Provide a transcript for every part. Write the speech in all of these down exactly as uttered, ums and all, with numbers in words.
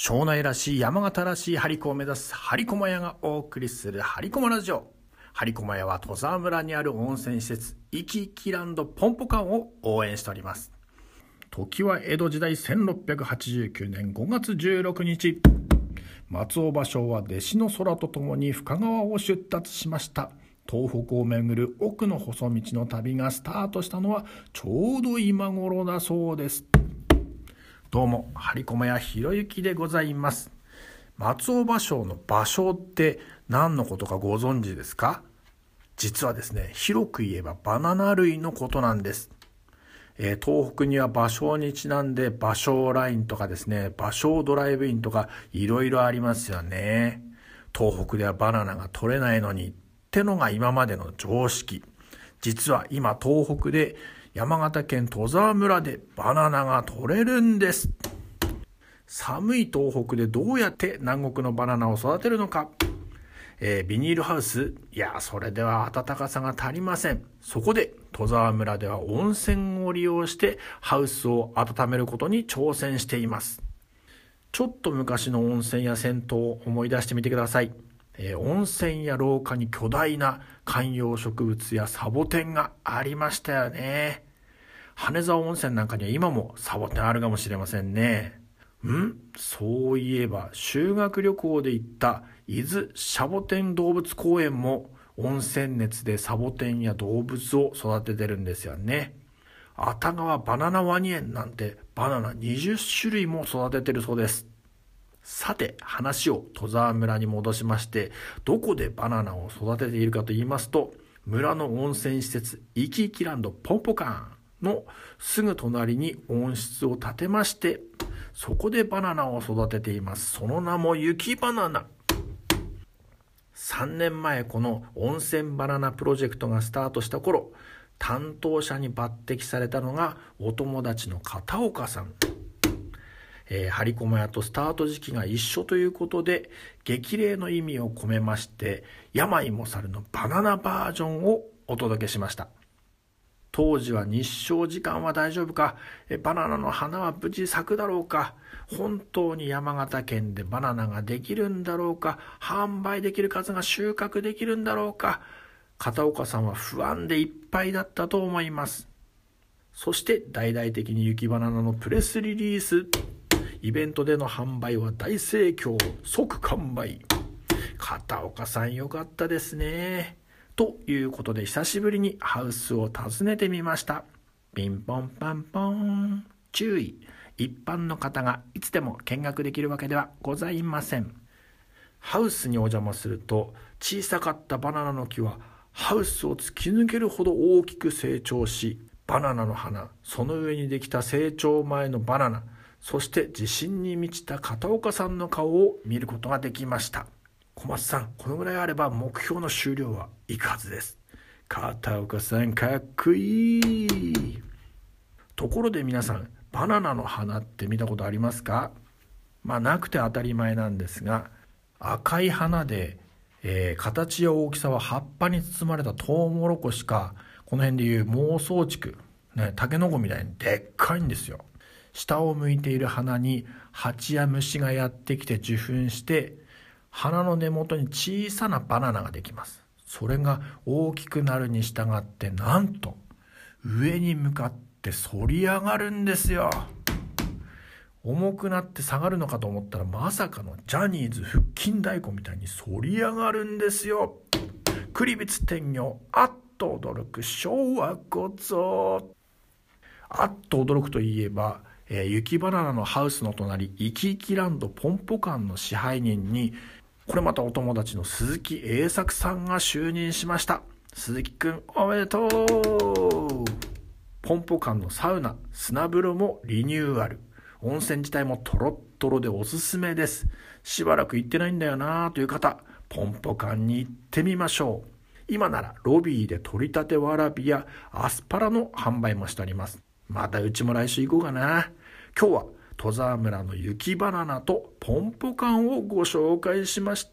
庄内らしい山形らしい張り子を目指す張り駒屋がお送りする張り駒ラジオ。張り駒屋は戸沢村にある温泉施設生き生きランドポンポカンを応援しております。時は江戸時代せんろっぴゃくはちじゅうきゅうねんごがつじゅうろくにち、松尾芭蕉は弟子の空とともに深川を出立しました。東北を巡る奥の細道の旅がスタートしたのはちょうど今頃だそうです。どうも張駒屋ひろゆきでございます。松尾芭蕉の芭蕉って何のことかご存知ですか？実はですね、広く言えばバナナ類のことなんです。えー、東北には芭蕉にちなんで芭蕉ラインとかですね、芭蕉ドライブインとかいろいろありますよね。東北ではバナナが取れないのにってのが今までの常識。実は今東北で山形県戸沢村でバナナが取れるんです。寒い東北でどうやって南国のバナナを育てるのか。えー、ビニールハウス？いや、それでは暖かさが足りません。そこで戸沢村では温泉を利用してハウスを温めることに挑戦しています。ちょっと昔の温泉や銭湯を思い出してみてください。えー、温泉や廊下に巨大な観葉植物やサボテンがありましたよね。羽沢温泉なんかには今もサボテンあるかもしれませんね。んそういえば修学旅行で行った伊豆シャボテン動物公園も温泉熱でサボテンや動物を育ててるんですよね。熱川バナナワニ園なんてバナナにじゅっしゅるいも育ててるそうです。さて話を戸沢村に戻しまして、どこでバナナを育てているかと言いますと、村の温泉施設生き生きランドポンポカンのすぐ隣に温室を建てまして、そこでバナナを育てています。その名も雪バナナ。さんねんまえこの温泉バナナプロジェクトがスタートした頃、担当者に抜擢されたのがお友達の片岡さん。えー、張駒屋とスタート時期が一緒ということで、激励の意味を込めまして病も猿のバナナバージョンをお届けしました。当時は日照時間は大丈夫か、えバナナの花は無事咲くだろうか、本当に山形県でバナナができるんだろうか、販売できる数が収穫できるんだろうか、片岡さんは不安でいっぱいだったと思います。そして大々的に雪バナナのプレスリリース、イベントでの販売は大盛況、即完売。片岡さんよかったですね。ということで久しぶりにハウスを訪ねてみました。ピンポンパンポン。注意。一般の方がいつでも見学できるわけではございません。ハウスにお邪魔すると、小さかったバナナの木はハウスを突き抜けるほど大きく成長し、バナナの花、その上にできた成長前のバナナ、そして自信に満ちた片岡さんの顔を見ることができました。小松さん、このぐらいあれば目標の終了はいくはずです。片岡さんかっこいい。ところで皆さん、バナナの花って見たことありますか？まあなくて当たり前なんですが、赤い花で、えー、形や大きさは葉っぱに包まれたトウモロコシか、この辺でいう孟宗竹、ね、タケノコみたいにでっかいんですよ。下を向いている花に蜂や虫がやってきて受粉して、花の根元に小さなバナナができます。それが大きくなるに従って、なんと上に向かって反り上がるんですよ。重くなって下がるのかと思ったら、まさかのジャニーズ腹筋太鼓みたいに反り上がるんですよ。クリビツ天魚、あっと驚く昭和小僧。あっと驚くといえば、えー、雪バナナのハウスの隣生き生きランドポンポカンの支配人に、これまたお友達の鈴木栄作さんが就任しました。鈴木くんおめでとう。ポンポカンのサウナ、砂風呂もリニューアル。温泉自体もトロットロでおすすめです。しばらく行ってないんだよなという方、ポンポカンに行ってみましょう。今ならロビーで取り立てわらびやアスパラの販売もしております。またうちも来週行こうかな。今日は戸沢村の雪バナナとポンポカンをご紹介しました。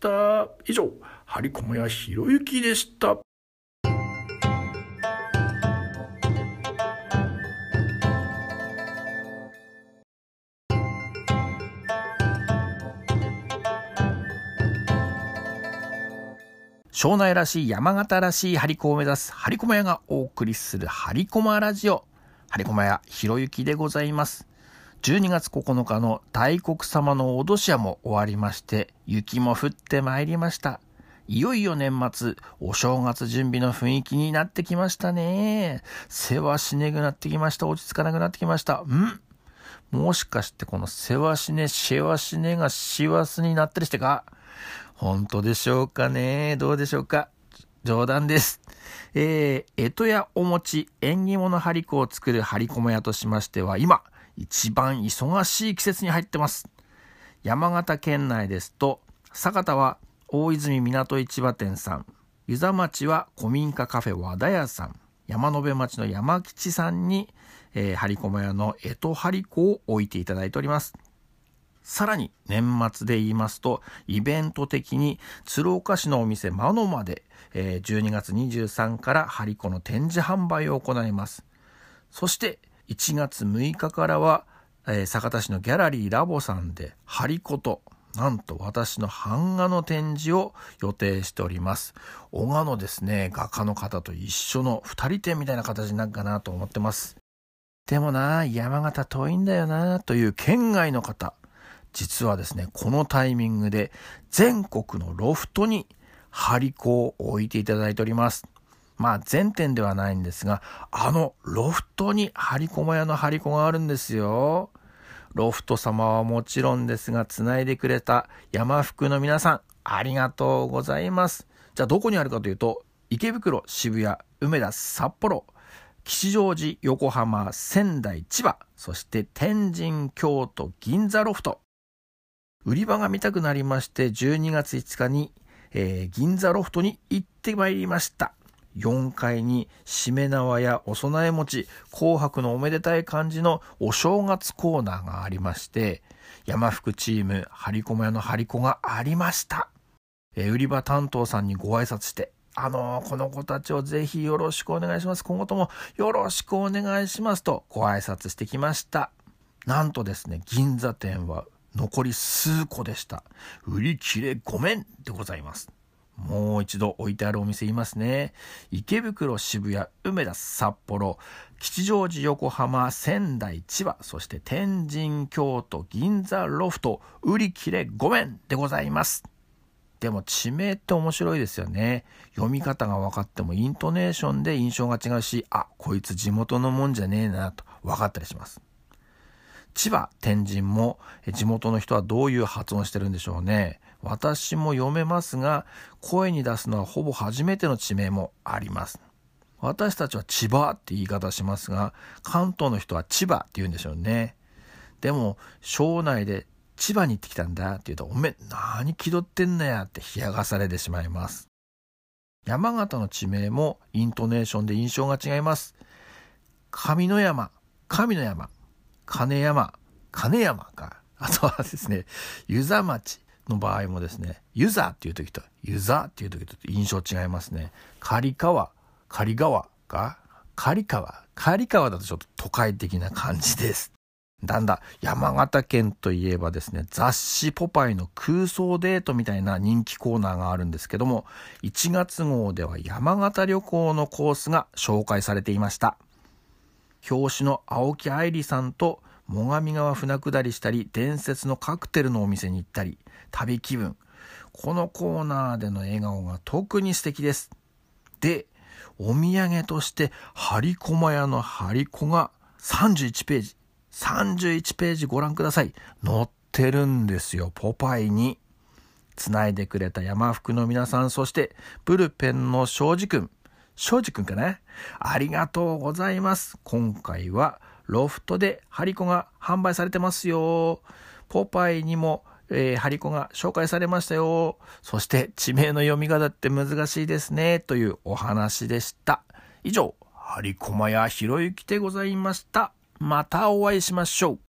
以上、張駒屋ひろゆきでした。 庄内らしい山形らしい張り子を目指す張り駒屋がお送りする張り駒ラジオ、張り駒屋ひろゆきでございます。じゅうにがつここのかの大黒様のおどし屋も終わりまして、雪も降ってまいりました。いよいよ年末、お正月準備の雰囲気になってきましたね。せわしねくなってきました。落ち着かなくなってきました。んもしかしてこのせわしね、しわしねがしわすになったりしてか？本当でしょうかね。どうでしょうか。冗談です。えー、干支やお餅、縁起物張り子を作る張り駒屋としましては、今、一番忙しい季節に入ってます。山形県内ですと、酒田は大泉港市場店さん、遊佐町は古民家カフェ和田屋さん、山辺町の山吉さんに、えー、張り駒屋の干支張り子を置いていただいております。さらに年末で言いますと、イベント的に鶴岡市のお店マノマで、えー、じゅうにがつにじゅうさんにちから張り子の展示販売を行います。そしていちがつむいかからは、えー、酒田市のギャラリーラボさんで張り子と、なんと私の版画の展示を予定しております。お画のですね、画家の方と一緒の二人展みたいな形になるかなと思ってます。でもな、山形遠いんだよなという県外の方、実はですね、このタイミングで全国のロフトに張り子を置いていただいております。まあ全店ではないんですが、あのロフトに張り駒屋の張り子があるんですよ。ロフト様はもちろんですが、つないでくれた山福の皆さん、ありがとうございます。じゃあどこにあるかというと、池袋、渋谷、梅田、札幌、吉祥寺、横浜、仙台、千葉、そして天神、京都、銀座ロフト。売り場が見たくなりまして、じゅうにがついつかに、えー、銀座ロフトに行ってまいりました。よんかいにしめ縄やお供え餅、紅白のおめでたい感じのお正月コーナーがありまして、山福チーム張り駒屋の張り子がありました。えー、売り場担当さんにご挨拶して、あのー、この子たちをぜひよろしくお願いします。今後ともよろしくお願いしますとご挨拶してきました。なんとですね、銀座店は残り数個でした。売り切れごめんでございます。もう一度置いてあるお店言いますね。池袋、渋谷、梅田、札幌、吉祥寺、横浜、仙台、千葉、そして天神、京都、銀座、ロフト、売り切れごめんでございます。でも地名って面白いですよね。読み方が分かってもイントネーションで印象が違うし、あ、こいつ地元のもんじゃねえなと分かったりします。千葉、天神も地元の人はどういう発音してるんでしょうね。私も読めますが、声に出すのはほぼ初めての地名もあります。私たちは千葉って言い方しますが、関東の人は千葉って言うんでしょうね。でも庄内で千葉に行ってきたんだって言うと、おめえ何気取ってんのやって冷やがされてしまいます。山形の地名もイントネーションで印象が違います。上の山、上の山、金山、金山か。あとはですね、遊佐町の場合もですね、遊佐っていう時と遊佐っていう時と印象違いますね。刈川、刈川か、刈川、刈川だとちょっと都会的な感じです。だんだん山形県といえばですね、雑誌ポパイの空想デートみたいな人気コーナーがあるんですけども、いちがつ号では山形旅行のコースが紹介されていました。表紙の青木愛理さんと最上川船下りしたり、伝説のカクテルのお店に行ったり、旅気分。このコーナーでの笑顔が特に素敵です。で、お土産として張り駒屋の張り子がさんじゅういちページ、さんじゅういちページご覧ください。載ってるんですよ、ポパイに。つないでくれた山福の皆さん、そしてブルペンの庄司くん。庄司くんかな、ありがとうございます。今回はロフトで張り子が販売されてますよ。ポパイにも、えー、張り子が紹介されましたよ。そして地名の読み方って難しいですねというお話でした。以上、張り駒屋ひろゆきでございました。またお会いしましょう。